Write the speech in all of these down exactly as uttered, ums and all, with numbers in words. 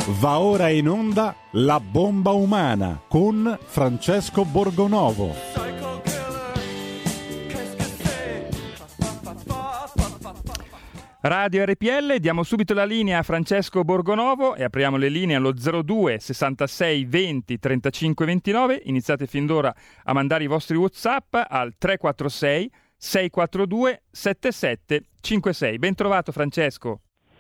Va ora in onda La bomba umana con Francesco Borgonovo. Radio R P L, diamo subito la linea a Francesco Borgonovo e apriamo le linee allo zero due sessantasei venti trentacinque ventinove. Iniziate fin d'ora a mandare i vostri WhatsApp al tre quattro sei sei quattro due sette sette cinque sei. Ben trovato Francesco.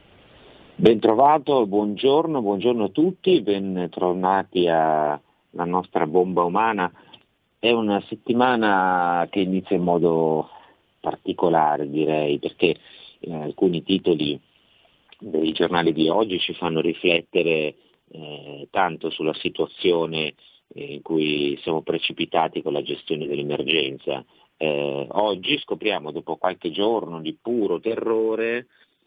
Ben trovato, buongiorno, buongiorno a tutti, bentornati alla nostra bomba umana. È una settimana che inizia in modo particolare, direi, perché eh, alcuni titoli dei giornali di oggi ci fanno riflettere eh, tanto sulla situazione in cui siamo precipitati con la gestione dell'emergenza. Eh, oggi scopriamo, dopo qualche giorno di puro terrore,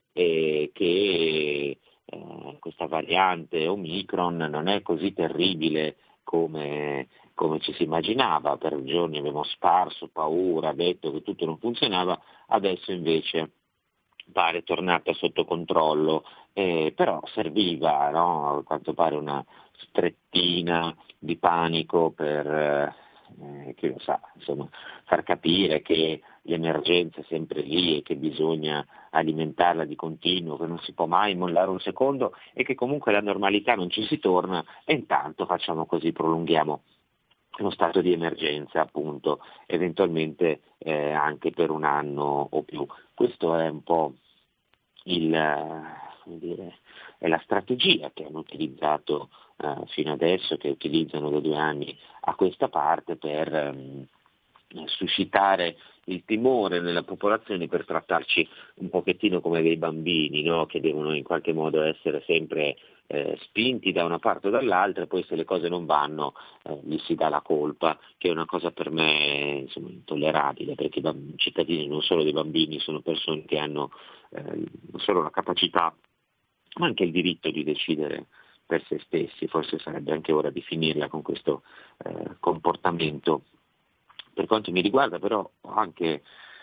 e che eh, questa variante Omicron non è così terribile come, come ci si immaginava. Per giorni abbiamo sparso paura, detto che tutto non funzionava, adesso invece pare tornata sotto controllo, eh, però serviva, no? A quanto pare una strettina di panico per, eh, chi lo sa, insomma, far capire che l'emergenza è sempre lì e che bisogna alimentarla di continuo, che non si può mai mollare un secondo e che comunque la normalità non ci si torna, e intanto facciamo così, prolunghiamo lo stato di emergenza, appunto, eventualmente eh, anche per un anno o più. Questo è un po' il, come dire, è la strategia che hanno utilizzato eh, fino adesso, che utilizzano da due anni a questa parte per ehm, suscitare il timore nella popolazione, per trattarci un pochettino come dei bambini, no? Che devono in qualche modo essere sempre eh, spinti da una parte o dall'altra, e poi se le cose non vanno eh, gli si dà la colpa, che è una cosa per me, insomma, intollerabile, perché i bamb- cittadini, non solo dei bambini, sono persone che hanno eh, non solo la capacità ma anche il diritto di decidere per se stessi. Forse sarebbe anche ora di finirla con questo eh, comportamento. Per quanto mi riguarda però anche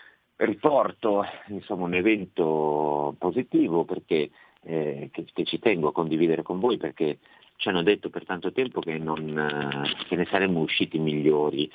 riporto, insomma, un evento positivo, perché eh, che, che ci tengo a condividere con voi, perché ci hanno detto per tanto tempo che, non, eh, che ne saremmo usciti migliori,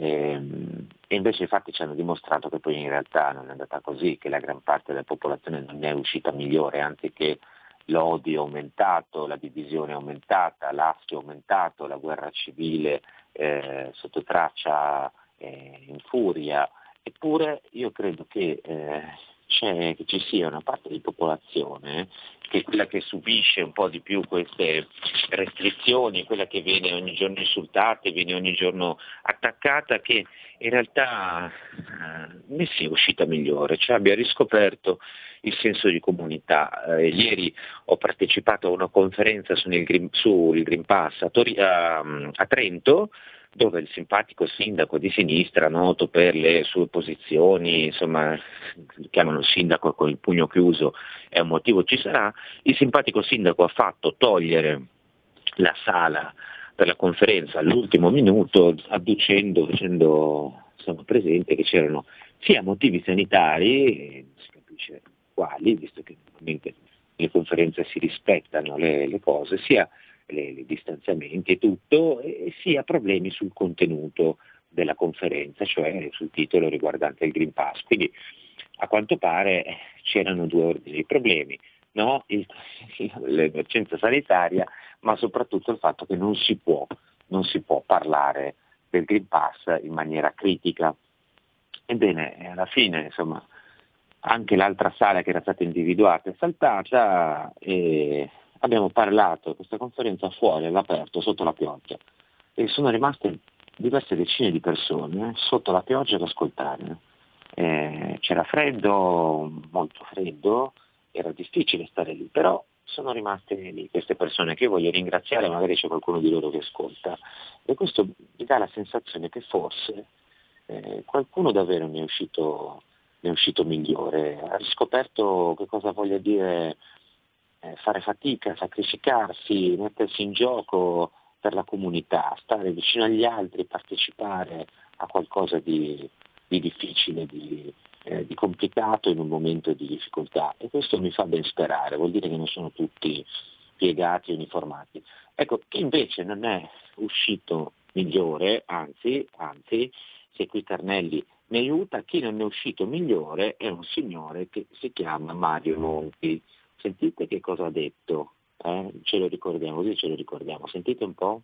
ehm, e invece i fatti ci hanno dimostrato che poi in realtà non è andata così, che la gran parte della popolazione non è uscita migliore, anzi che l'odio è aumentato, la divisione è aumentata, l'astio è aumentato, la guerra civile eh, sotto traccia eh, in furia. Eppure io credo che, eh, c'è, che ci sia una parte di popolazione che è quella che subisce un po' di più queste restrizioni, quella che viene ogni giorno insultata, viene ogni giorno attaccata, che in realtà eh, ne sia uscita migliore, cioè abbia riscoperto il senso di comunità. Eh, ieri ho partecipato a una conferenza sul Green, sul Green Pass a, Tori- a, a Trento, dove il simpatico sindaco di sinistra, noto per le sue posizioni, insomma, chiamano il sindaco con il pugno chiuso, e un motivo ci sarà, il simpatico sindaco ha fatto togliere la sala per la conferenza all'ultimo minuto, adducendo, facendo insomma, presente che c'erano sia motivi sanitari, non si capisce quali, visto che normalmente nelle conferenze si rispettano le, le cose, sia le, le distanziamenti e tutto, e sia problemi sul contenuto della conferenza, cioè sul titolo riguardante il Green Pass. Quindi a quanto pare c'erano due ordini di problemi, no? il, l'emergenza sanitaria, ma soprattutto il fatto che non si può, non si può parlare del Green Pass in maniera critica. Ebbene, alla fine, insomma, anche l'altra sala che era stata individuata è saltata, e abbiamo parlato questa conferenza fuori, all'aperto, sotto la pioggia, e sono rimaste diverse decine di persone sotto la pioggia ad ascoltare. Eh, c'era freddo, molto freddo, era difficile stare lì, però sono rimaste lì queste persone, che io voglio ringraziare, magari c'è qualcuno di loro che ascolta, e questo mi dà la sensazione che forse eh, qualcuno davvero ne è uscito, ne è uscito migliore, ha riscoperto che cosa voglia dire eh, fare fatica, sacrificarsi, mettersi in gioco per la comunità, stare vicino agli altri, partecipare a qualcosa di, di difficile, di, eh, di complicato in un momento di difficoltà, e questo mi fa ben sperare. Vuol dire che non sono tutti spiegati e uniformati. Ecco, chi invece non è uscito migliore, anzi, anzi, se qui Carnelli mi aiuta, chi non è uscito migliore è un signore che si chiama Mario Monti. Sentite che cosa ha detto, eh? Ce lo ricordiamo, così ce lo ricordiamo, sentite un po'.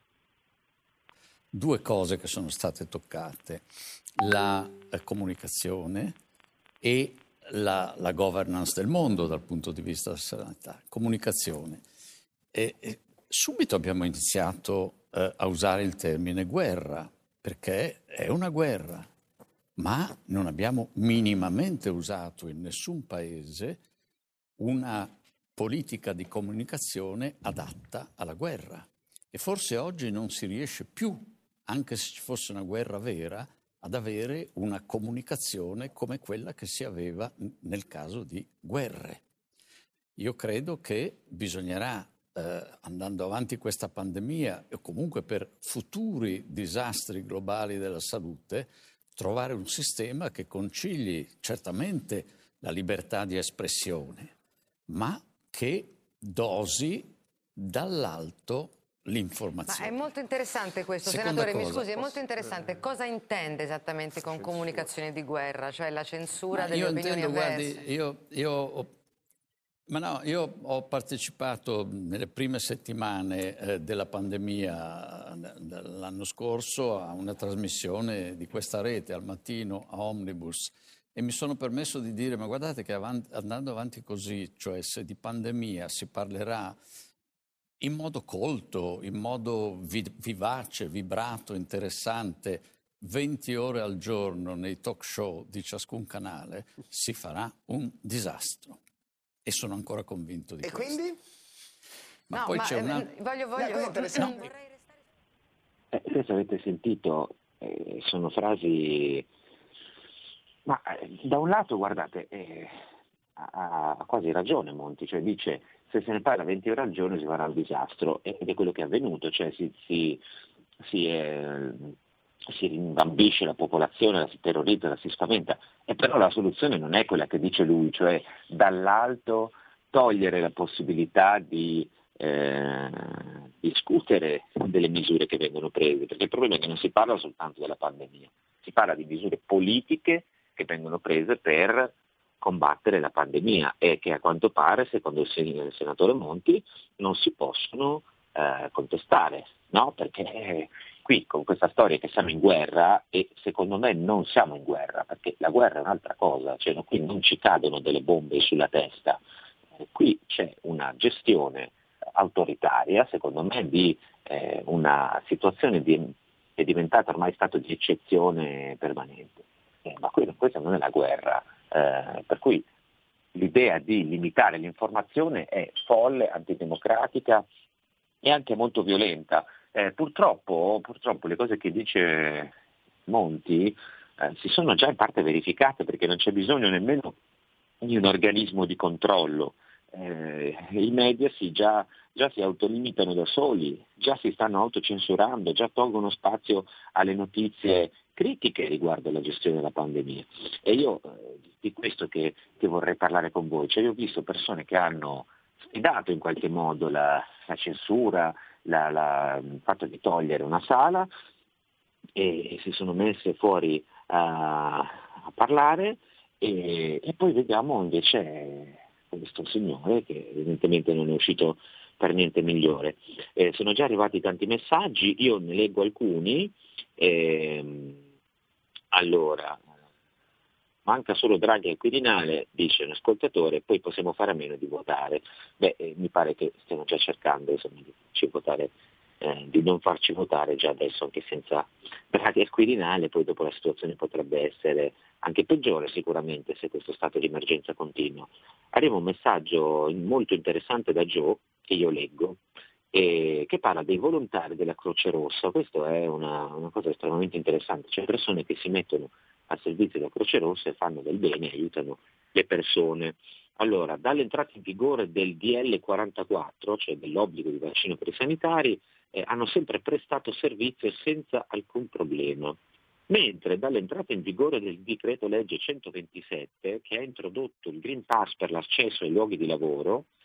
Due cose che sono state toccate, la eh, comunicazione e la, la governance del mondo dal punto di vista della sanità. Comunicazione. E, e subito abbiamo iniziato eh, a usare il termine guerra, perché è una guerra, ma non abbiamo minimamente usato in nessun paese una politica di comunicazione adatta alla guerra. E forse oggi non si riesce più, anche se ci fosse una guerra vera, ad avere una comunicazione come quella che si aveva nel caso di guerre. Io credo che bisognerà, eh, andando avanti questa pandemia e comunque per futuri disastri globali della salute, trovare un sistema che concili certamente la libertà di espressione, ma che dosi dall'alto l'informazione. Ma è molto interessante questo, Seconda senatore, cosa, mi scusi, è posso... molto interessante. Cosa intende esattamente con censura. Comunicazione di guerra? Cioè la censura Ma delle io opinioni intendo, avverse? guardi, io, io ho, ma no, io ho partecipato nelle prime settimane eh, della pandemia dell'anno scorso a una trasmissione di questa rete al mattino a Omnibus e mi sono permesso di dire, ma guardate che avanti, andando avanti così, cioè se di pandemia si parlerà in modo colto, in modo vi- vivace, vibrato, interessante, venti ore al giorno nei talk show di ciascun canale, si farà un disastro. E sono ancora convinto di e questo. E quindi? Ma no, poi ma c'è eh, una... voglio, voglio, No, questo è interessante. non vorrei restare... Eh, se avete sentito, eh, sono frasi, ma eh, da un lato guardate, eh, ha, ha quasi ragione Monti, cioè dice se se ne parla venti ore al giorno si farà un disastro, ed è quello che è avvenuto, cioè si, si, si, eh, si rimbambisce la popolazione, la si terrorizza, la si spaventa, e però la soluzione non è quella che dice lui, cioè dall'alto togliere la possibilità di Eh, discutere delle misure che vengono prese, perché il problema è che non si parla soltanto della pandemia, si parla di misure politiche che vengono prese per combattere la pandemia e che a quanto pare, secondo il, sen- il senatore Monti, non si possono eh, contestare, no? Perché eh, qui con questa storia che siamo in guerra, e secondo me non siamo in guerra, perché la guerra è un'altra cosa, cioè no, qui non ci cadono delle bombe sulla testa, eh, qui c'è una gestione autoritaria, secondo me, di eh, una situazione di, che è diventata ormai stato di eccezione permanente. Eh, ma que- questa non è la guerra, eh, per cui l'idea di limitare l'informazione è folle, antidemocratica e anche molto violenta. Eh, purtroppo, purtroppo le cose che dice Monti eh, si sono già in parte verificate, perché non c'è bisogno nemmeno di un organismo di controllo. Eh, i media si già, già si autolimitano da soli, già si stanno autocensurando, già tolgono spazio alle notizie critiche riguardo alla gestione della pandemia. E io eh, di questo che, che vorrei parlare con voi, cioè io ho visto persone che hanno sfidato in qualche modo la, la censura, la, la, il fatto di togliere una sala, e si sono messe fuori a, a parlare, e, e poi vediamo invece questo signore che evidentemente non è uscito per niente migliore. Eh, sono già arrivati tanti messaggi, io ne leggo alcuni. Ehm, allora, manca solo Draghi al Quirinale, dice un ascoltatore, poi possiamo fare a meno di votare. Beh, eh, mi pare che stiano già cercando insomma, di farci votare, eh, di non farci votare già adesso, anche senza Draghi al Quirinale. Poi dopo la situazione potrebbe essere anche peggiore sicuramente se questo stato di emergenza continua. Arriva un messaggio molto interessante da Joe, che io leggo, e che parla dei volontari della Croce Rossa. Questa è una, una cosa estremamente interessante, cioè persone che si mettono al servizio della Croce Rossa e fanno del bene, aiutano le persone. Allora, dall'entrata in vigore del D L quarantaquattro, cioè dell'obbligo di vaccino per i sanitari, eh, hanno sempre prestato servizio senza alcun problema. Mentre dall'entrata in vigore del decreto legge centoventisette, che ha introdotto il Green Pass per l'accesso ai luoghi di lavoro,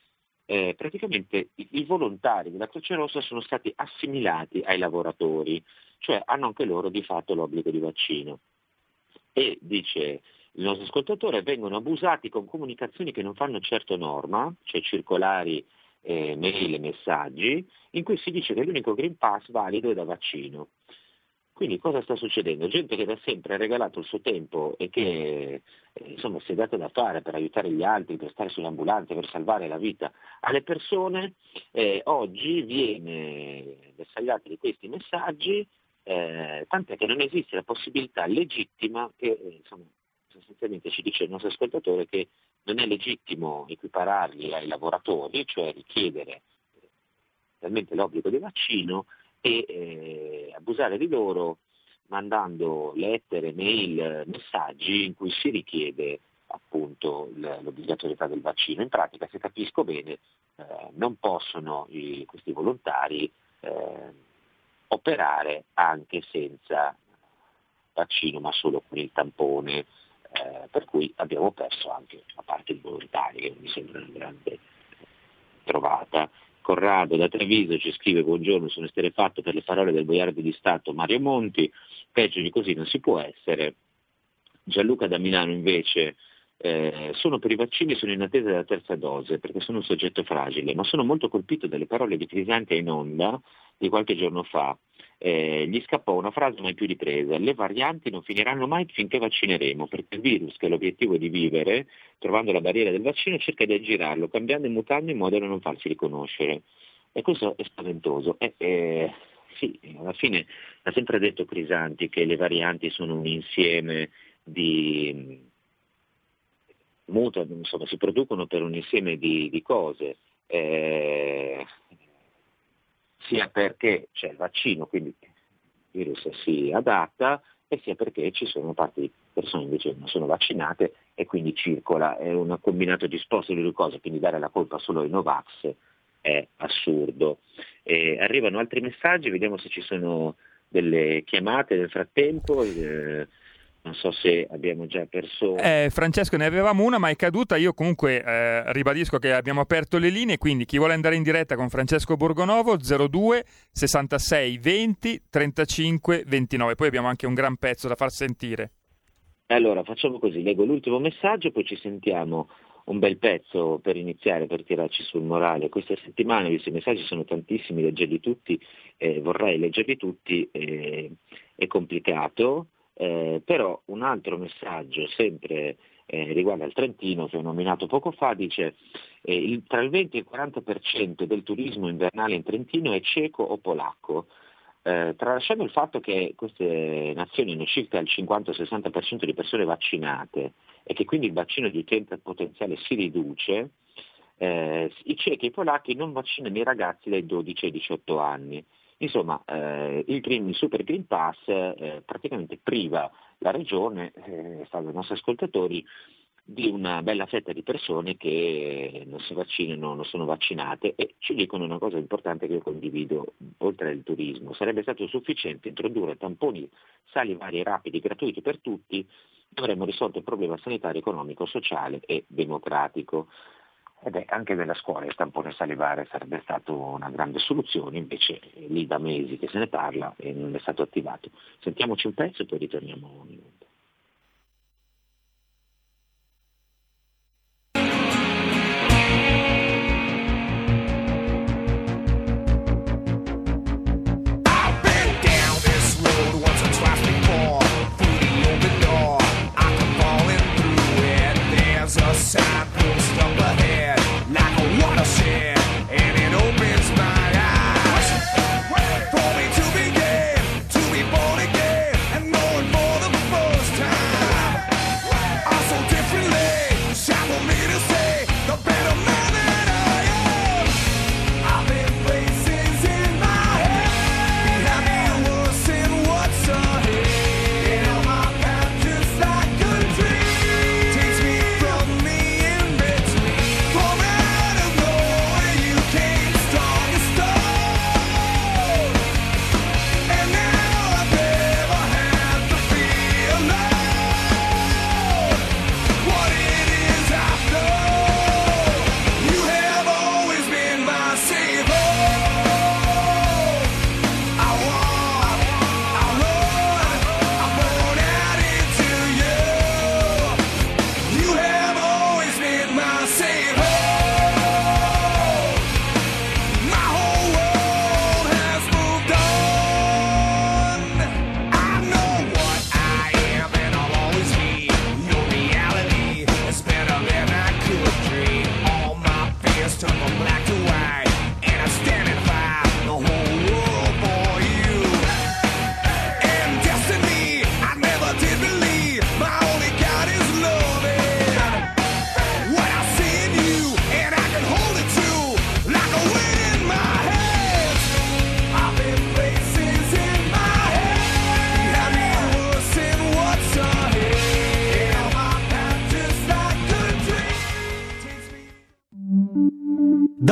eh, praticamente i, i volontari della Croce Rossa sono stati assimilati ai lavoratori, cioè hanno anche loro di fatto l'obbligo di vaccino. E dice il nostro ascoltatore, vengono abusati con comunicazioni che non fanno certo norma, cioè circolari, eh, mail e messaggi, in cui si dice che l'unico Green Pass valido è da vaccino. Quindi cosa sta succedendo? Gente che da sempre ha regalato il suo tempo e che eh, insomma si è data da fare per aiutare gli altri, per stare sull'ambulanza, per salvare la vita alle persone, eh, oggi viene bersagliata di questi messaggi, eh, tant'è che non esiste la possibilità legittima che eh, insomma, sostanzialmente ci dice il nostro ascoltatore che non è legittimo equipararli ai lavoratori, cioè richiedere realmente l'obbligo di vaccino e eh, abusare di loro mandando lettere, mail, messaggi in cui si richiede appunto l'obbligatorietà del vaccino. In pratica, se capisco bene, eh, non possono i, questi volontari eh, operare anche senza vaccino, ma solo con il tampone, eh, per cui abbiamo perso anche la parte volontaria, che mi sembra una grande trovata. Corrado da Treviso ci scrive: buongiorno, sono esterrefatto per le parole del boiardo di Stato Mario Monti, peggio di così non si può essere. Gianluca da Milano invece: eh, sono per i vaccini e sono in attesa della terza dose perché sono un soggetto fragile, ma sono molto colpito dalle parole di Crisanti in onda di qualche giorno fa. Eh, gli scappò una frase mai più ripresa: le varianti non finiranno mai finché vaccineremo, perché il virus, che è l'obiettivo di vivere, trovando la barriera del vaccino, cerca di aggirarlo, cambiando e mutando in modo da non farsi riconoscere. E questo è spaventoso. E, eh, sì, alla fine ha sempre detto Crisanti che le varianti sono un insieme di mutano, insomma, si producono per un insieme di, di cose. Eh, sia perché c'è il vaccino, quindi il virus si adatta, e sia perché ci sono parti di persone invece che non sono vaccinate e quindi circola, è un combinato disposto di due cose, quindi dare la colpa solo ai Novax è assurdo. E arrivano altri messaggi, vediamo se ci sono delle chiamate nel frattempo. Eh, non so se abbiamo già persone. Eh, Francesco, ne avevamo una ma è caduta. Io comunque eh, ribadisco che abbiamo aperto le linee, quindi chi vuole andare in diretta con Francesco Borgonovo zero due sessantasei venti trentacinque ventinove. Poi abbiamo anche un gran pezzo da far sentire. Allora facciamo così, leggo l'ultimo messaggio, poi ci sentiamo un bel pezzo per iniziare, per tirarci sul morale. Questa settimana, visto i messaggi sono tantissimi, leggerli tutti, eh, vorrei leggerli tutti, eh, è complicato. Eh, però un altro messaggio sempre eh, riguarda il Trentino, che ho nominato poco fa, dice eh, il, tra il venti e il quaranta per cento del turismo invernale in Trentino è ceco o polacco, eh, tralasciando il fatto che queste nazioni hanno circa il cinquanta sessanta per cento di persone vaccinate e che quindi il bacino di utente potenziale si riduce. Eh, i cechi e i polacchi non vaccinano i ragazzi dai dodici ai diciotto anni. Insomma, eh, il, green, il Super Green Pass eh, praticamente priva la regione, eh, salvo i nostri ascoltatori, di una bella fetta di persone che non si vaccinano, non sono vaccinate, e ci dicono una cosa importante che io condivido, oltre al turismo. Sarebbe stato sufficiente introdurre tamponi salivari rapidi gratuiti per tutti, avremmo risolto il problema sanitario, economico, sociale e democratico. E beh, anche nella scuola il tampone salivare sarebbe stato una grande soluzione, invece lì da mesi che se ne parla e non è stato attivato. Sentiamoci un pezzo e poi ritorniamo un minuto. For me to begin, to be born again, and more and more the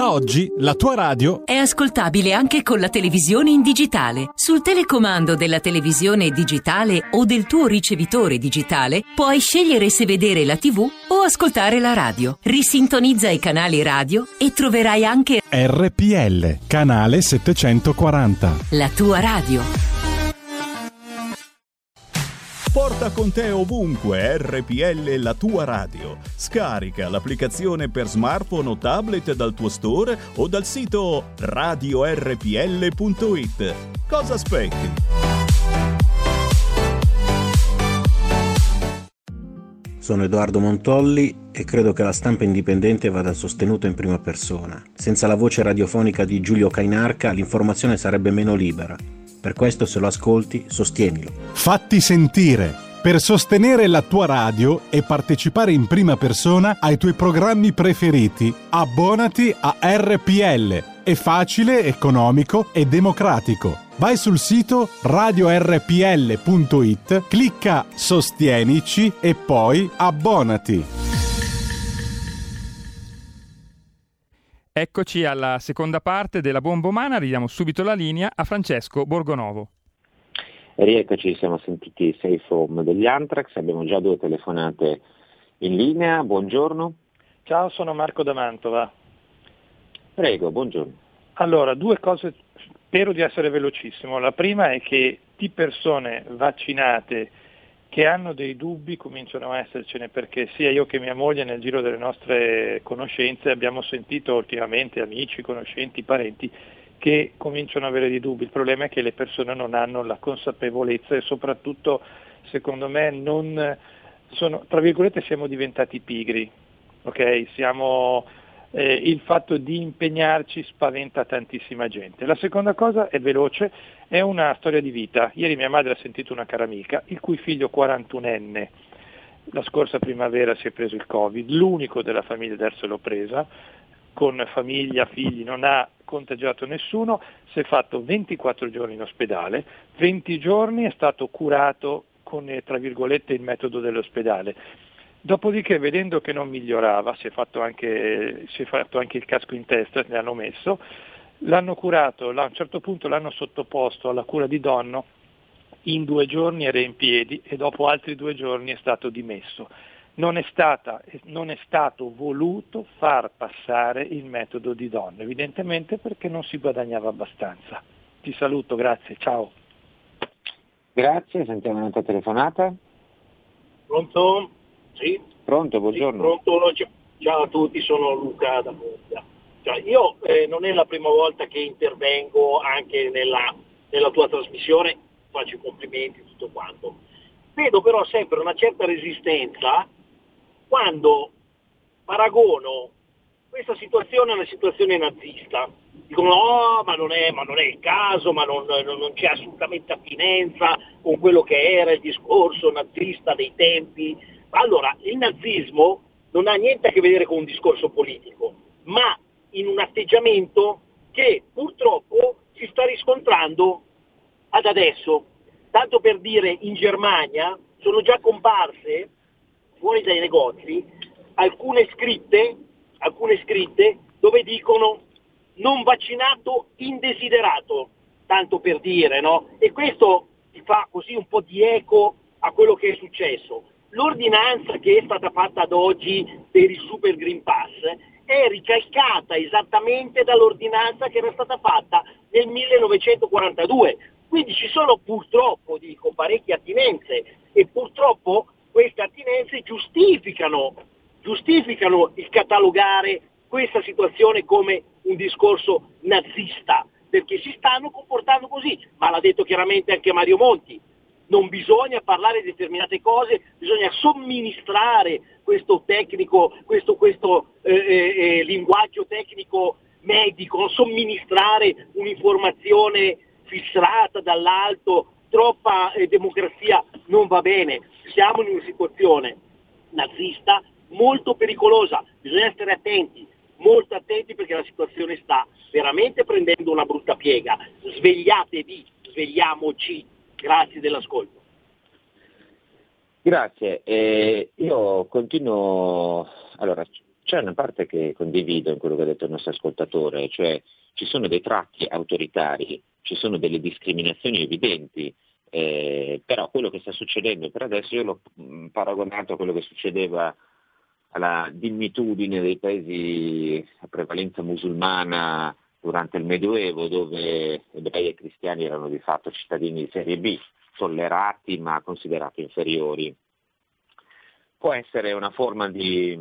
Da oggi la tua radio è ascoltabile anche con la televisione in digitale. Sul telecomando della televisione digitale o del tuo ricevitore digitale puoi scegliere se vedere la tivù o ascoltare la radio. Risintonizza i canali radio e troverai anche R P L, canale settecentoquaranta. La tua radio. Porta con te ovunque R P L, la tua radio. Scarica l'applicazione per smartphone o tablet dal tuo store o dal sito radio r p l punto i t. Cosa aspetti? Sono Edoardo Montolli e credo che la stampa indipendente vada sostenuta in prima persona. Senza la voce radiofonica di Giulio Cainarca l'informazione sarebbe meno libera. Per questo, se lo ascolti, sostienilo. Fatti sentire. Per sostenere la tua radio e partecipare in prima persona ai tuoi programmi preferiti, abbonati a R P L. È facile, economico e democratico. Vai sul sito radio r p l punto i t, clicca Sostienici e poi abbonati. Eccoci alla seconda parte della Bomba Umana, ridiamo subito la linea a Francesco Borgonovo. Rieccoci, siamo sentiti Safe Home degli Anthrax, abbiamo già due telefonate in linea, buongiorno. Ciao, sono Marco da Mantova. Prego, buongiorno. Allora, due cose, spero di essere velocissimo. La prima è che di persone vaccinate che hanno dei dubbi cominciano a essercene, perché sia io che mia moglie nel giro delle nostre conoscenze abbiamo sentito ultimamente amici, conoscenti, parenti che cominciano ad avere dei dubbi. Il problema è che le persone non hanno la consapevolezza e soprattutto, secondo me, non sono, tra virgolette, siamo diventati pigri, ok? Siamo, eh, il fatto di impegnarci spaventa tantissima gente. La seconda cosa è veloce, è una storia di vita. Ieri mia madre ha sentito una cara amica, il cui figlio quarantunenne la scorsa primavera si è preso il Covid, l'unico della famiglia ad averselo presa, con famiglia, figli, non ha contagiato nessuno, si è fatto ventiquattro giorni in ospedale, venti giorni è stato curato con, tra virgolette, il metodo dell'ospedale. Dopodiché, vedendo che non migliorava, si è fatto anche, si è fatto anche il casco in testa, ne hanno messo, l'hanno curato, a un certo punto l'hanno sottoposto alla cura di Donno, in due giorni era in piedi e dopo altri due giorni è stato dimesso. Non è, stata, non è stato voluto far passare il metodo di Donno, evidentemente perché non si guadagnava abbastanza. Ti saluto, grazie, ciao. Grazie, sentiamo un'altra telefonata. Pronto? Sì? Pronto, buongiorno. Sì, pronto, ciao a tutti, sono Luca da Murcia. Cioè, io eh, non è la prima volta che intervengo anche nella, nella tua trasmissione, faccio i complimenti, tutto quanto. Vedo però sempre una certa resistenza quando paragono questa situazione a una situazione nazista. Dicono no, ma non è, ma non è il caso, ma non, non, non c'è assolutamente attinenza con quello che era il discorso nazista dei tempi. Allora, il nazismo non ha niente a che vedere con un discorso politico, ma in un atteggiamento che purtroppo si sta riscontrando ad adesso. Tanto per dire, in Germania sono già comparse fuori dai negozi alcune scritte, alcune scritte dove dicono non vaccinato indesiderato, tanto per dire, no? E questo ti fa così un po' di eco a quello che è successo. L'ordinanza che è stata fatta ad oggi per il Super Green Pass è ricalcata esattamente dall'ordinanza che era stata fatta nel millenovecentoquarantadue. Quindi ci sono purtroppo, dico, parecchie attinenze e purtroppo queste attinenze giustificano, giustificano il catalogare questa situazione come un discorso nazista, perché si stanno comportando così, ma l'ha detto chiaramente anche Mario Monti. Non bisogna parlare di determinate cose, bisogna somministrare questo tecnico, questo, questo eh, eh, linguaggio tecnico medico, somministrare un'informazione filtrata dall'alto, troppa eh, democrazia non va bene. Siamo in una situazione nazista molto pericolosa, bisogna stare attenti, molto attenti perché la situazione sta veramente prendendo una brutta piega. Svegliatevi, svegliamoci. Grazie dell'ascolto. Grazie, eh, io continuo, allora c'è una parte che condivido in quello che ha detto il nostro ascoltatore, cioè ci sono dei tratti autoritari, ci sono delle discriminazioni evidenti, eh, però quello che sta succedendo per adesso io l'ho mh, paragonato a quello che succedeva alla dignitudine dei paesi a prevalenza musulmana durante il Medioevo, dove ebrei e cristiani erano di fatto cittadini di serie B, tollerati ma considerati inferiori. Può essere una forma di,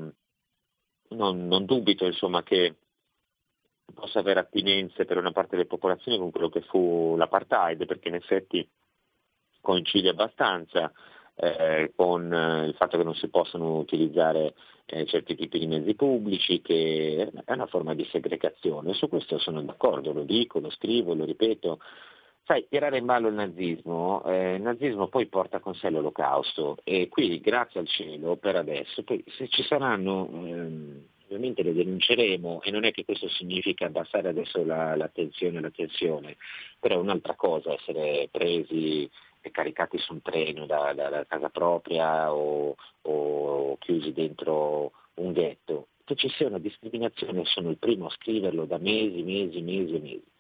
non, non dubito insomma che possa avere attinenze per una parte delle popolazioni con quello che fu l'apartheid, perché in effetti coincide abbastanza eh, con eh, il fatto che non si possono utilizzare eh, certi tipi di mezzi pubblici, che è una forma di segregazione. Su questo sono d'accordo, lo dico, lo scrivo, lo ripeto. Sai, tirare in ballo il nazismo, eh, il nazismo poi porta con sé l'olocausto e qui grazie al cielo per adesso, poi se ci saranno, ehm, ovviamente le denunceremo e non è che questo significa abbassare adesso la, l'attenzione la tensione, però è un'altra cosa essere presi e caricati su un treno da, da, da casa propria o, o chiusi dentro un ghetto. Che ci sia una discriminazione sono il primo a scriverlo da mesi, mesi, mesi e mesi.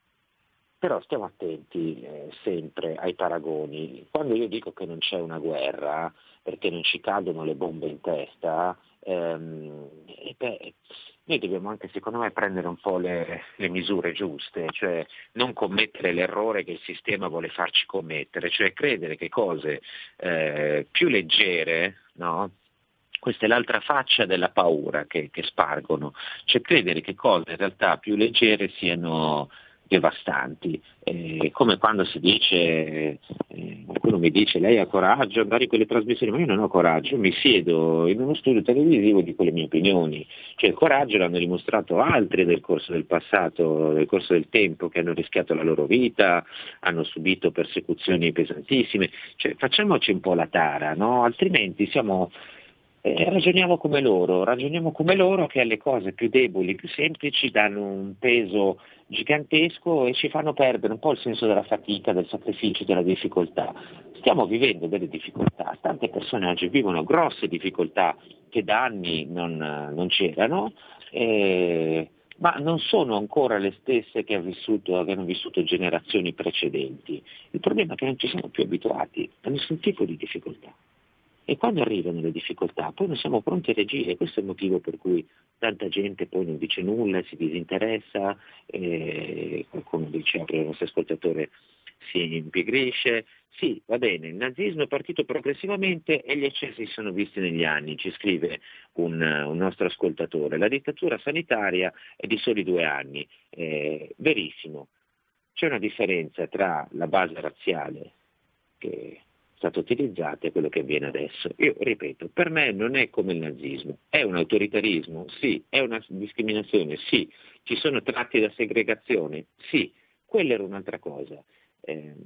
Però stiamo attenti eh, sempre ai paragoni. Quando io dico che non c'è una guerra, perché non ci cadono le bombe in testa, ehm, e beh, noi dobbiamo anche, secondo me, prendere un po' le, le misure giuste, cioè non commettere l'errore che il sistema vuole farci commettere, cioè credere che cose eh, più leggere, no? Questa è l'altra faccia della paura che, che spargono, cioè credere che cose in realtà più leggere siano devastanti, eh, come quando si dice, eh, qualcuno mi dice lei ha coraggio andare in quelle trasmissioni, ma io non ho coraggio, mi siedo in uno studio televisivo e dico le mie opinioni, cioè il coraggio l'hanno dimostrato altri nel corso del passato, nel corso del tempo, che hanno rischiato la loro vita, hanno subito persecuzioni pesantissime, cioè facciamoci un po' la tara, no? Altrimenti siamo Eh, ragioniamo come loro, ragioniamo come loro che alle cose più deboli, più semplici danno un peso gigantesco e ci fanno perdere un po' il senso della fatica, del sacrificio, della difficoltà. Stiamo vivendo delle difficoltà, tante persone oggi vivono grosse difficoltà che da anni non, non c'erano, eh, ma non sono ancora le stesse che, ha vissuto, che hanno vissuto generazioni precedenti. Il problema è che non ci siamo più abituati a nessun tipo di difficoltà. E quando arrivano le difficoltà poi non siamo pronti a reagire, questo è il motivo per cui tanta gente poi non dice nulla, si disinteressa, eh, qualcuno dice, apre il nostro ascoltatore, si impigrisce. Sì, va bene, il nazismo è partito progressivamente e gli eccessi sono visti negli anni, ci scrive un, un nostro ascoltatore. La dittatura sanitaria è di soli due anni, eh, verissimo. C'è una differenza tra la base razziale che stato utilizzate e quello che avviene adesso. Io ripeto, per me non è come il nazismo, è un autoritarismo, sì, è una discriminazione, sì, ci sono tratti da segregazione, sì, quella era un'altra cosa. Eh,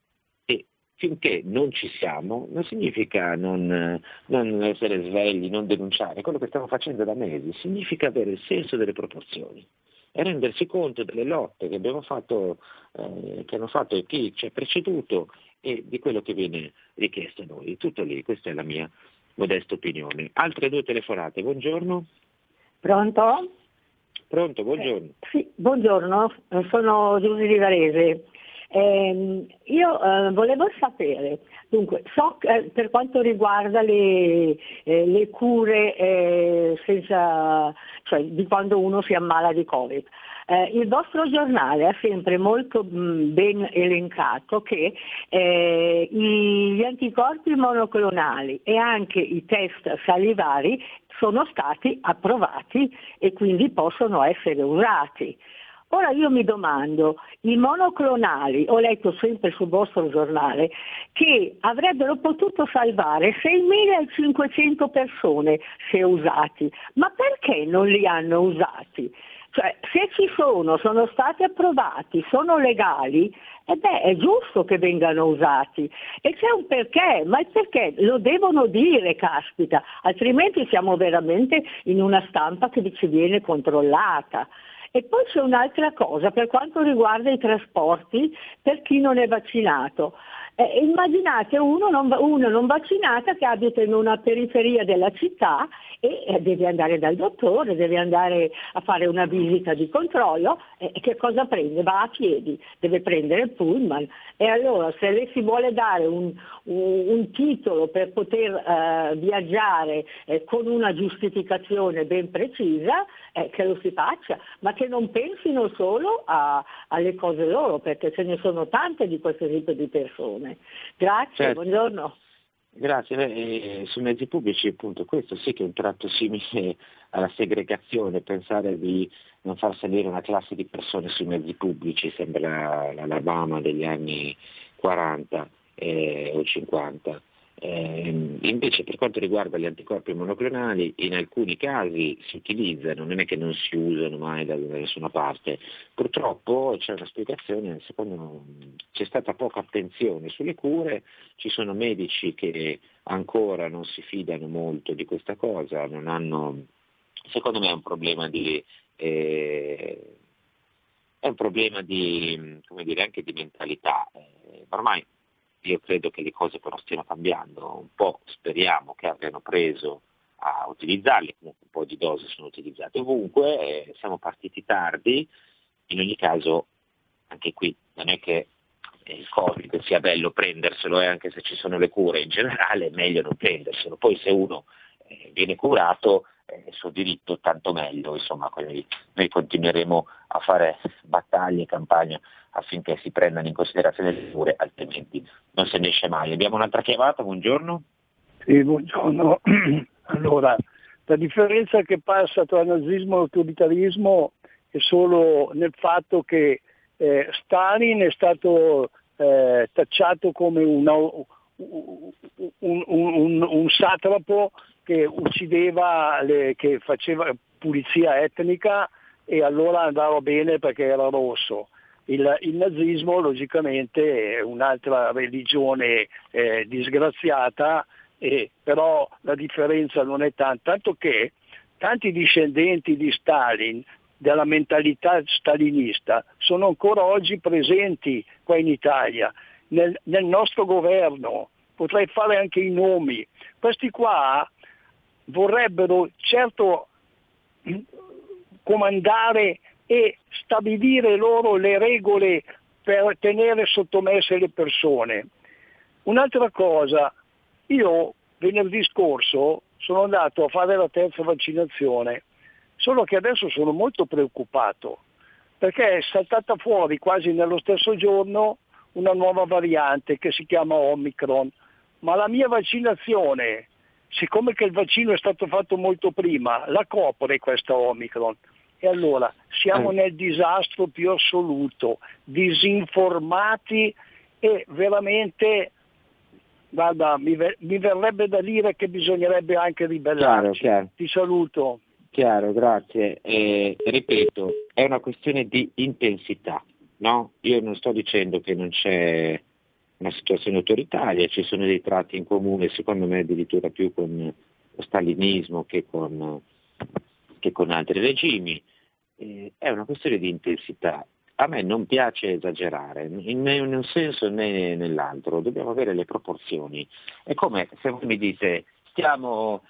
e finché non ci siamo, non significa non, non essere svegli, non denunciare, quello che stiamo facendo da mesi, significa avere il senso delle proporzioni e rendersi conto delle lotte che abbiamo fatto, eh, che hanno fatto chi ci ha preceduto e di quello che viene richiesto a noi. Tutto lì, questa è la mia modesta opinione. Altre due telefonate, buongiorno. Pronto? Pronto, buongiorno. Eh, sì, buongiorno, sono Giusy di Varese. Eh, io eh, volevo sapere, dunque, so che per quanto riguarda le, eh, le cure eh, senza, cioè di quando uno si ammala di Covid, eh, il vostro giornale ha sempre molto mh, ben elencato che eh, gli anticorpi monoclonali e anche i test salivari sono stati approvati e quindi possono essere usati. Ora io mi domando, i monoclonali, ho letto sempre sul vostro giornale, che avrebbero potuto salvare seimilacinquecento persone se usati, ma perché non li hanno usati? Cioè, se ci sono, sono stati approvati, sono legali, e beh, è giusto che vengano usati. E c'è un perché, ma il perché lo devono dire, caspita, altrimenti siamo veramente in una stampa che ci viene controllata. E poi c'è un'altra cosa per quanto riguarda i trasporti per chi non è vaccinato. Eh, immaginate uno non, uno non vaccinata che abita in una periferia della città e eh, deve andare dal dottore, deve andare a fare una visita di controllo, e eh, che cosa prende? Va a piedi, deve prendere il pullman. E allora se lei si vuole dare un, un, un titolo per poter eh, viaggiare eh, con una giustificazione ben precisa, eh, che lo si faccia, ma che non pensino solo a, alle cose loro, perché ce ne sono tante di questo tipo di persone. Grazie, certo. Buongiorno. Grazie, eh, sui mezzi pubblici appunto questo sì che è un tratto simile alla segregazione, pensare di non far salire una classe di persone sui mezzi pubblici, sembra l'Alabama degli anni quaranta eh, o cinquanta. Eh, invece per quanto riguarda gli anticorpi monoclonali, in alcuni casi si utilizzano, non è che non si usano mai da nessuna parte. Purtroppo c'è una spiegazione, secondo me c'è stata poca attenzione sulle cure, ci sono medici che ancora non si fidano molto di questa cosa, non hanno, secondo me è un problema di eh, è un problema di, come dire, anche di mentalità. Eh, ormai io credo che le cose però stiano cambiando, un po' speriamo che abbiano preso a utilizzarle, comunque un po' di dosi sono utilizzate ovunque, eh, siamo partiti tardi, in ogni caso anche qui non è che il Covid sia bello prenderselo, e eh, anche se ci sono le cure in generale è meglio non prenderselo, poi se uno eh, viene curato è il suo diritto, tanto meglio, insomma, quindi noi continueremo a fare battaglie e campagne affinché si prendano in considerazione le cure, altrimenti non se ne esce mai. Abbiamo un'altra chiamata, buongiorno. Sì, buongiorno. Allora, la differenza che passa tra nazismo e autoritarismo è solo nel fatto che eh, Stalin è stato eh, tacciato come una, un, un, un, un satrapo che uccideva, le, che faceva pulizia etnica, e allora andava bene perché era rosso. Il, il nazismo logicamente è un'altra religione eh, disgraziata, e, però la differenza non è tanta, tanto che tanti discendenti di Stalin, della mentalità stalinista, sono ancora oggi presenti qua in Italia, nel, nel nostro governo. Potrei fare anche i nomi. Questi qua vorrebbero certo comandare e stabilire loro le regole per tenere sottomesse le persone. Un'altra cosa, io venerdì scorso sono andato a fare la terza vaccinazione, solo che adesso sono molto preoccupato perché è saltata fuori quasi nello stesso giorno una nuova variante che si chiama Omicron, ma la mia vaccinazione, siccome che il vaccino è stato fatto molto prima, la copre questa Omicron. E allora siamo nel disastro più assoluto, disinformati, e veramente, guarda, mi, ver- mi verrebbe da dire che bisognerebbe anche ribellarci. Chiaro, chiaro. Ti saluto. Chiaro, grazie. Eh, ripeto, è una questione di intensità, no? Io non sto dicendo che non c'è una situazione autoritaria, ci sono dei tratti in comune, secondo me addirittura più con lo stalinismo che con, che con altri regimi. Eh, è una questione di intensità. A me non piace esagerare, né in un senso né nell'altro, dobbiamo avere le proporzioni. È come se voi mi dite stiamo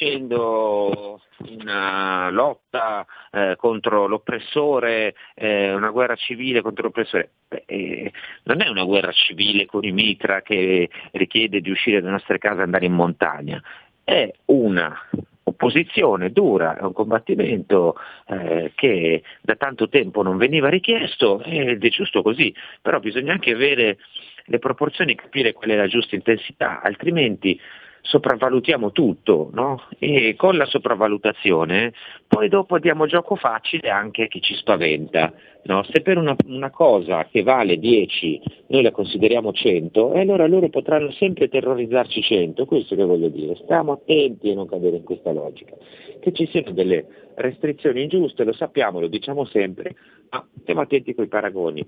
facendo una lotta eh, contro l'oppressore, eh, una guerra civile contro l'oppressore. Beh, eh, non è una guerra civile con i mitra che richiede di uscire dalle nostre case e andare in montagna, è una opposizione dura, è un combattimento eh, che da tanto tempo non veniva richiesto ed è giusto così, però bisogna anche avere le proporzioni, capire qual è la giusta intensità, altrimenti sopravvalutiamo tutto, no? E con la sopravvalutazione poi dopo diamo gioco facile anche a chi ci spaventa, no? Se per una, una cosa che vale dieci noi la consideriamo cento, e allora loro potranno sempre terrorizzarci cento, questo che voglio dire, stiamo attenti a non cadere in questa logica, che ci siano delle restrizioni ingiuste, lo sappiamo, lo diciamo sempre, ma stiamo attenti coi paragoni.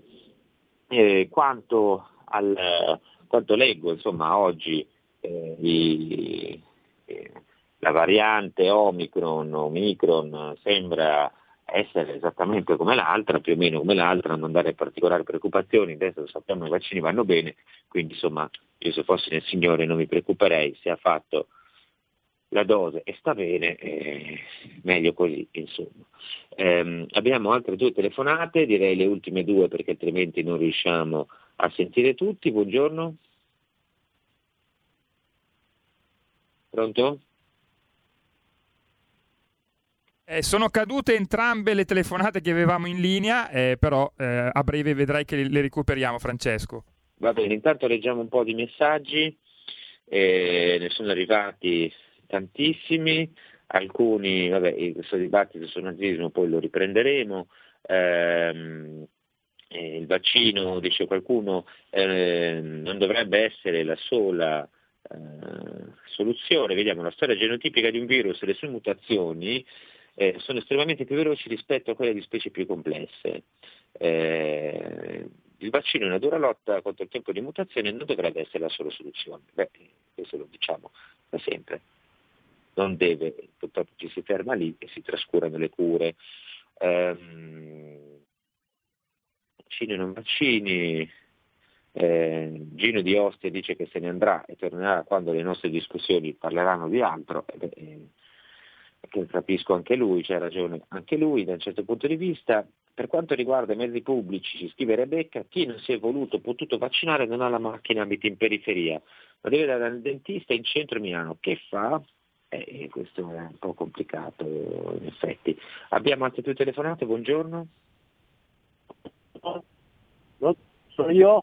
Eh, quanto, al, quanto leggo, insomma, oggi Eh, i, eh, la variante Omicron, Omicron sembra essere esattamente come l'altra, più o meno come l'altra, non dare particolari preoccupazioni, adesso lo sappiamo, i vaccini vanno bene, quindi insomma io se fossi nel Signore non mi preoccuperei, se ha fatto la dose e sta bene, eh, meglio così, insomma. Eh, abbiamo altre due telefonate, direi le ultime due perché altrimenti non riusciamo a sentire tutti. Buongiorno. Pronto? Eh, sono cadute entrambe le telefonate che avevamo in linea, eh, però eh, a breve vedrai che le recuperiamo, Francesco. Va bene, intanto leggiamo un po' di messaggi, eh, ne sono arrivati tantissimi, alcuni, vabbè, questo dibattito sul nazismo poi lo riprenderemo, ehm, eh, il vaccino, dice qualcuno, eh, non dovrebbe essere la sola eh, soluzione, vediamo la storia genotipica di un virus e le sue mutazioni eh, sono estremamente più veloci rispetto a quelle di specie più complesse. Eh, il vaccino è una dura lotta contro il tempo di mutazione, non dovrebbe essere la sola soluzione. Beh, questo lo diciamo da sempre. Non deve, purtroppo ci si ferma lì e si trascurano le cure. Ehm, vaccini o non vaccini, eh, Gino di Ostia dice che se ne andrà e tornerà quando le nostre discussioni parleranno di altro, eh, eh, che capisco anche lui, c'ha ragione anche lui da un certo punto di vista. Per quanto riguarda i mezzi pubblici, ci scrive Rebecca, chi non si è voluto, potuto vaccinare non ha la macchina, abita in periferia, ma deve andare dal dentista in centro a Milano. Che fa? Eh, questo è un po' complicato in effetti. Abbiamo altre due telefonate, buongiorno. No, sono io?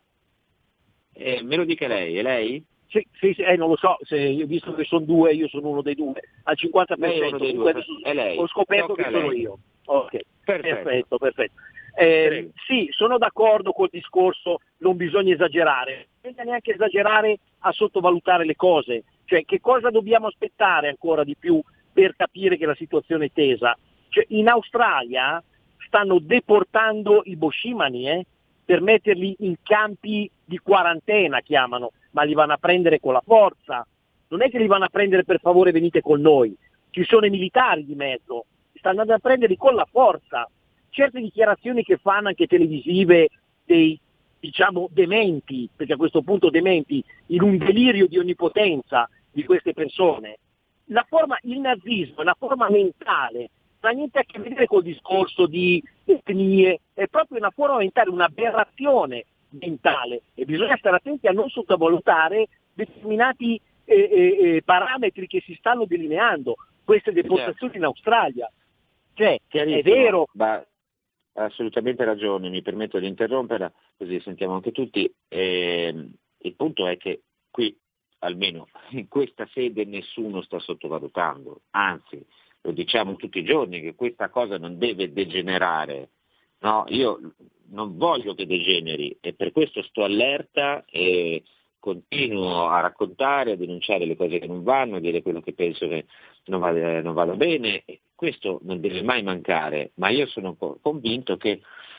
Eh, me lo dica lei, è lei? Sì, sì, sì eh, non lo so, se io visto che sono due, io sono uno dei due, al cinquanta per cento lei è uno dei due, è lei. Ho scoperto Tocca che sono lei. io. Ok, Perfetto, perfetto, perfetto. Eh, sì, sono d'accordo col discorso, non bisogna esagerare, non bisogna neanche esagerare a sottovalutare le cose, cioè che cosa dobbiamo aspettare ancora di più per capire che la situazione è tesa? Cioè, in Australia stanno deportando i boscimani eh, per metterli in campi di quarantena, chiamano, ma li vanno a prendere con la forza, non è che li vanno a prendere per favore venite con noi, ci sono i militari di mezzo, stanno andando a prenderli con la forza. Certe dichiarazioni che fanno anche televisive dei, diciamo, dementi, perché a questo punto dementi, in un delirio di onnipotenza di queste persone, la forma, il nazismo è una forma mentale, non ha niente a che vedere col discorso di etnie, è proprio una forma mentale, un'aberrazione mentale e bisogna stare attenti a non sottovalutare determinati eh, eh, parametri che si stanno delineando, queste deportazioni in Australia. Cioè, è vero... Ma... Ha assolutamente ragione, mi permetto di interromperla, così sentiamo anche tutti. Eh, il punto è che qui, almeno in questa sede, nessuno sta sottovalutando, anzi, lo diciamo tutti i giorni che questa cosa non deve degenerare. No, io non voglio che degeneri e per questo sto allerta e continuo a raccontare, a denunciare le cose che non vanno, a dire quello che penso che non vada, non vada bene. Questo non deve mai mancare, ma io sono convinto che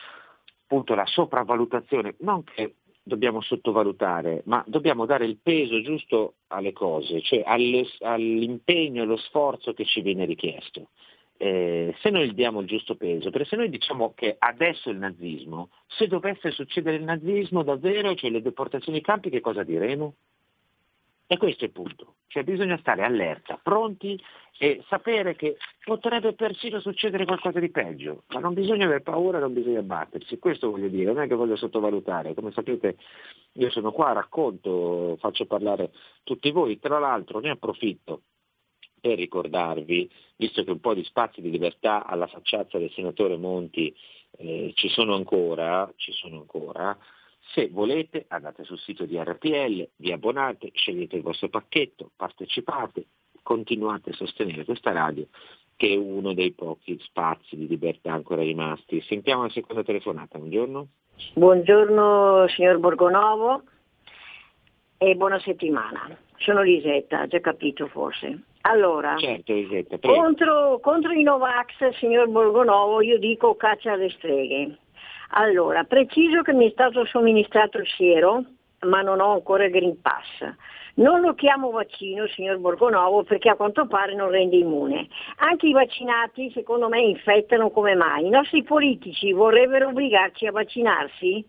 appunto la sopravvalutazione, non che dobbiamo sottovalutare, ma dobbiamo dare il peso giusto alle cose, cioè alle, all'impegno, allo sforzo che ci viene richiesto. Eh, se noi gli diamo il giusto peso, perché se noi diciamo che adesso il nazismo, se dovesse succedere il nazismo davvero, cioè le deportazioni ai campi, che cosa diremo? E questo è il punto, cioè bisogna stare allerta, pronti e sapere che potrebbe persino succedere qualcosa di peggio, ma non bisogna aver paura, non bisogna battersi, questo voglio dire, non è che voglio sottovalutare, come sapete io sono qua, racconto, faccio parlare tutti voi, tra l'altro ne approfitto per ricordarvi, visto che un po' di spazi di libertà alla facciata del senatore Monti eh, ci sono ancora, ci sono ancora, se volete andate sul sito di R P L, vi abbonate, scegliete il vostro pacchetto, partecipate, continuate a sostenere questa radio che è uno dei pochi spazi di libertà ancora rimasti. Sentiamo la seconda telefonata, buongiorno. Buongiorno signor Borgonovo e buona settimana. Sono Lisetta, già capito forse. Allora, certo, Lisetta, prego. contro, contro i Novax, signor Borgonovo, io dico caccia alle streghe. Allora, preciso che mi è stato somministrato il siero ma non ho ancora il Green Pass. Non lo chiamo vaccino, signor Borgonovo, perché a quanto pare non rende immune. Anche i vaccinati, secondo me, infettano come mai. I nostri politici vorrebbero obbligarci a vaccinarsi?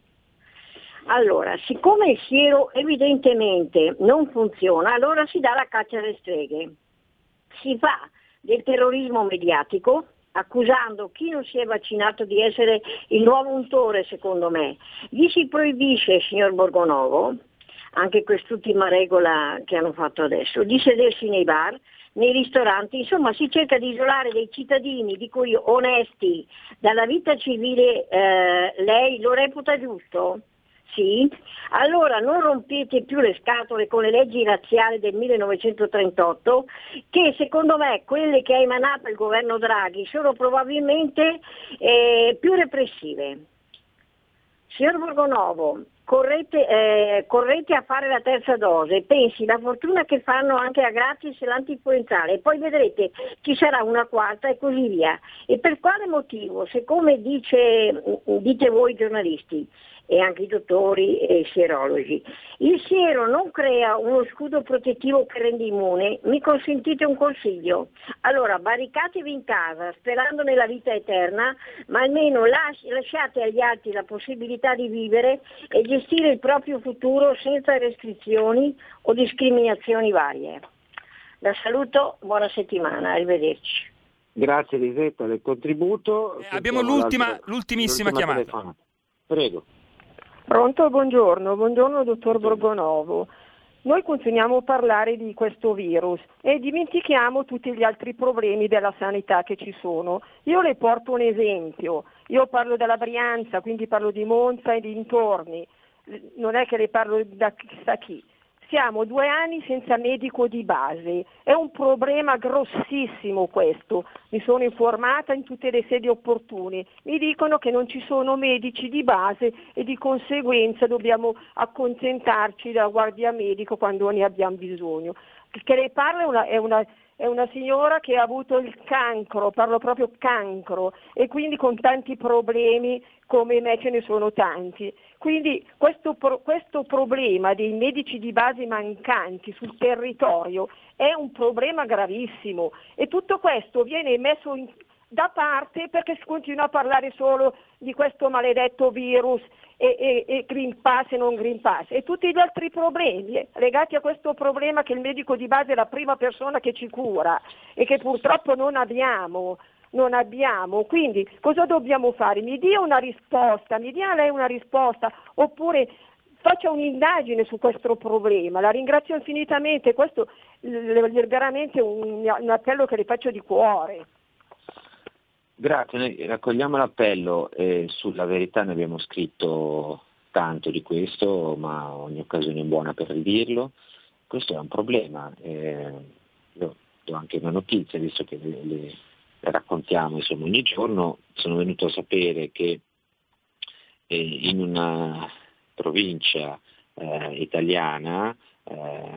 Allora, siccome il siero evidentemente non funziona, allora si dà la caccia alle streghe. Si fa del terrorismo mediatico, accusando chi non si è vaccinato di essere il nuovo untore, secondo me. Gli si proibisce, signor Borgonovo, anche quest'ultima regola che hanno fatto adesso, di sedersi nei bar, nei ristoranti, insomma si cerca di isolare dei cittadini, dico io, onesti, dalla vita civile. Eh, lei lo reputa giusto? Sì? Allora non rompete più le scatole con le leggi razziali del millenovecentotrentotto, che secondo me quelle che ha emanato il governo Draghi sono probabilmente eh, più repressive. Signor Borgonovo, correte, eh, correte a fare la terza dose, pensi la fortuna che fanno anche a gratis l'antinfluenzale, e poi vedrete ci sarà una quarta e così via. E per quale motivo? Se come dice, dite voi giornalisti e anche i dottori e i sierologi, il siero non crea uno scudo protettivo che rende immune, mi consentite un consiglio? Allora barricatevi in casa sperando nella vita eterna, ma almeno las- lasciate agli altri la possibilità di vivere e gestire il proprio futuro senza restrizioni o discriminazioni varie. La saluto, buona settimana, arrivederci. Grazie Elisetta del contributo. Eh, abbiamo l'ultima, l'ultimissima l'ultima chiamata. telefonata. Prego. Pronto, buongiorno, buongiorno dottor Borgonovo. Noi continuiamo a parlare di questo virus e dimentichiamo tutti gli altri problemi della sanità che ci sono. Io le porto un esempio, io parlo della Brianza, quindi parlo di Monza e dintorni, non è che le parlo da chissà chi. Siamo due anni senza medico di base, è un problema grossissimo questo, mi sono informata in tutte le sedi opportune, mi dicono che non ci sono medici di base e di conseguenza dobbiamo accontentarci della guardia medico quando ne abbiamo bisogno. Che le parla è una, è una È una signora che ha avuto il cancro, parlo proprio cancro, e quindi con tanti problemi come me ce ne sono tanti. Quindi questo, pro, questo problema dei medici di base mancanti sul territorio è un problema gravissimo e tutto questo viene messo in, da parte perché si continua a parlare solo di questo maledetto virus e, e, e Green Pass e non Green Pass e tutti gli altri problemi legati a questo problema che il medico di base è la prima persona che ci cura e che purtroppo non abbiamo. Non abbiamo, quindi cosa dobbiamo fare? Mi dia una risposta, mi dia lei una risposta oppure faccia un'indagine su questo problema. La ringrazio infinitamente, questo è veramente un, un appello che le faccio di cuore. Grazie, noi raccogliamo l'appello e sulla verità ne abbiamo scritto tanto di questo, ma ogni occasione è buona per ridirlo. Questo è un problema, eh, io do anche una notizia, visto che le, le raccontiamo insomma ogni giorno. Sono venuto a sapere che eh, in una provincia eh, italiana eh,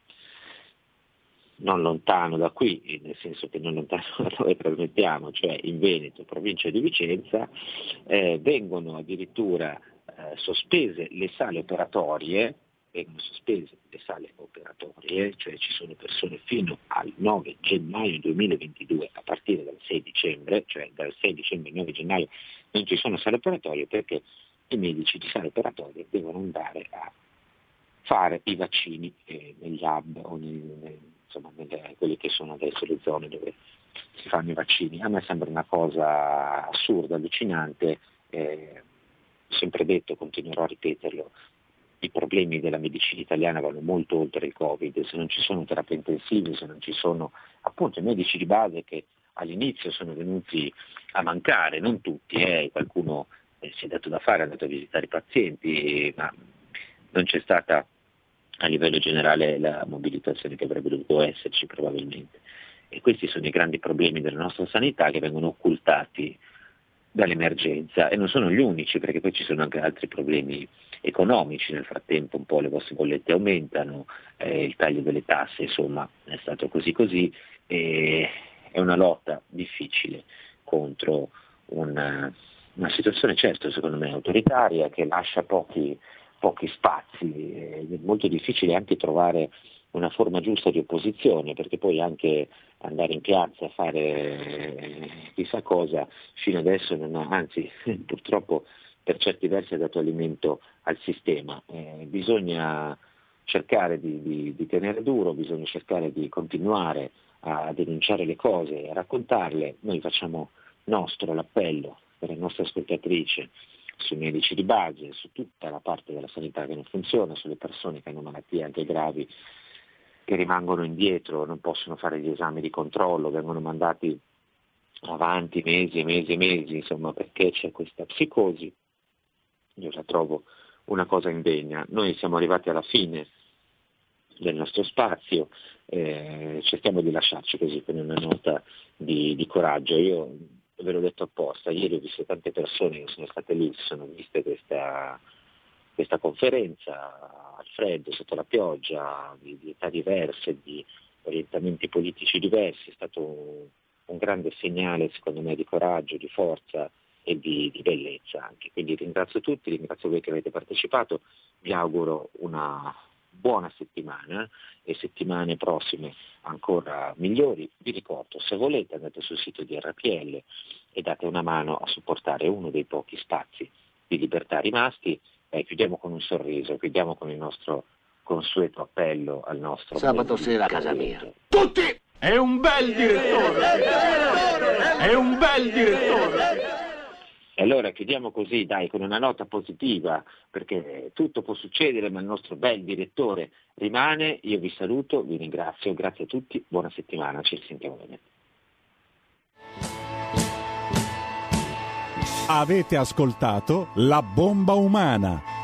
non lontano da qui, nel senso che non lontano da dove trasmettiamo, cioè in Veneto, provincia di Vicenza, eh, vengono addirittura eh, sospese le sale operatorie, vengono sospese le sale operatorie, cioè ci sono persone fino al nove gennaio duemilaventidue, a partire dal sei dicembre, cioè dal sei dicembre al nove gennaio non ci sono sale operatorie perché i medici di sale operatorie devono andare a fare i vaccini eh, negli hub o nei, insomma nelle, quelle che sono adesso le zone dove si fanno i vaccini. A me sembra una cosa assurda, allucinante, eh, sempre detto, continuerò a ripeterlo, i problemi della medicina italiana vanno molto oltre il Covid, se non ci sono terapie intensive, se non ci sono appunto i medici di base che all'inizio sono venuti a mancare, non tutti, eh, qualcuno eh, si è dato da fare, è andato a visitare i pazienti, ma non c'è stata a livello generale la mobilitazione che avrebbe dovuto esserci probabilmente. E questi sono i grandi problemi della nostra sanità che vengono occultati dall'emergenza e non sono gli unici, perché poi ci sono anche altri problemi economici. Nel frattempo un po' le vostre bollette aumentano, eh, il taglio delle tasse insomma è stato così così e è una lotta difficile contro una, una situazione certo secondo me autoritaria che lascia pochi pochi spazi, è molto difficile anche trovare una forma giusta di opposizione, perché poi anche andare in piazza a fare chissà cosa fino adesso non ha, anzi purtroppo per certi versi ha dato alimento al sistema. Eh, bisogna cercare di, di, di tenere duro, bisogna cercare di continuare a denunciare le cose, a raccontarle. Noi facciamo nostro l'appello per le nostre ascoltatrici sui medici di base, su tutta la parte della sanità che non funziona, sulle persone che hanno malattie anche gravi, che rimangono indietro, non possono fare gli esami di controllo, vengono mandati avanti mesi e mesi e mesi, insomma, perché c'è questa psicosi. Io la trovo una cosa indegna. Noi siamo arrivati alla fine del nostro spazio, eh, cerchiamo di lasciarci così con una nota di, di coraggio. Io ve l'ho detto apposta, ieri ho visto tante persone che sono state lì, si sono viste questa, questa conferenza al freddo, sotto la pioggia, di, di età diverse, di orientamenti politici diversi. È stato un, un grande segnale secondo me di coraggio, di forza e di, di bellezza anche. Quindi ringrazio tutti, ringrazio voi che avete partecipato, vi auguro una buona settimana e settimane prossime ancora migliori. Vi ricordo, se volete andate sul sito di R P L e date una mano a supportare uno dei pochi spazi di libertà rimasti. Eh, chiudiamo con un sorriso, chiudiamo con il nostro consueto appello al nostro sabato sera a casa mia. Tutti! È un bel direttore! È un bel direttore! E allora chiudiamo così, dai, con una nota positiva, perché tutto può succedere, ma il nostro bel direttore rimane. Io vi saluto, vi ringrazio, grazie a tutti, buona settimana, ci sentiamo bene. Avete ascoltato La Bomba Umana.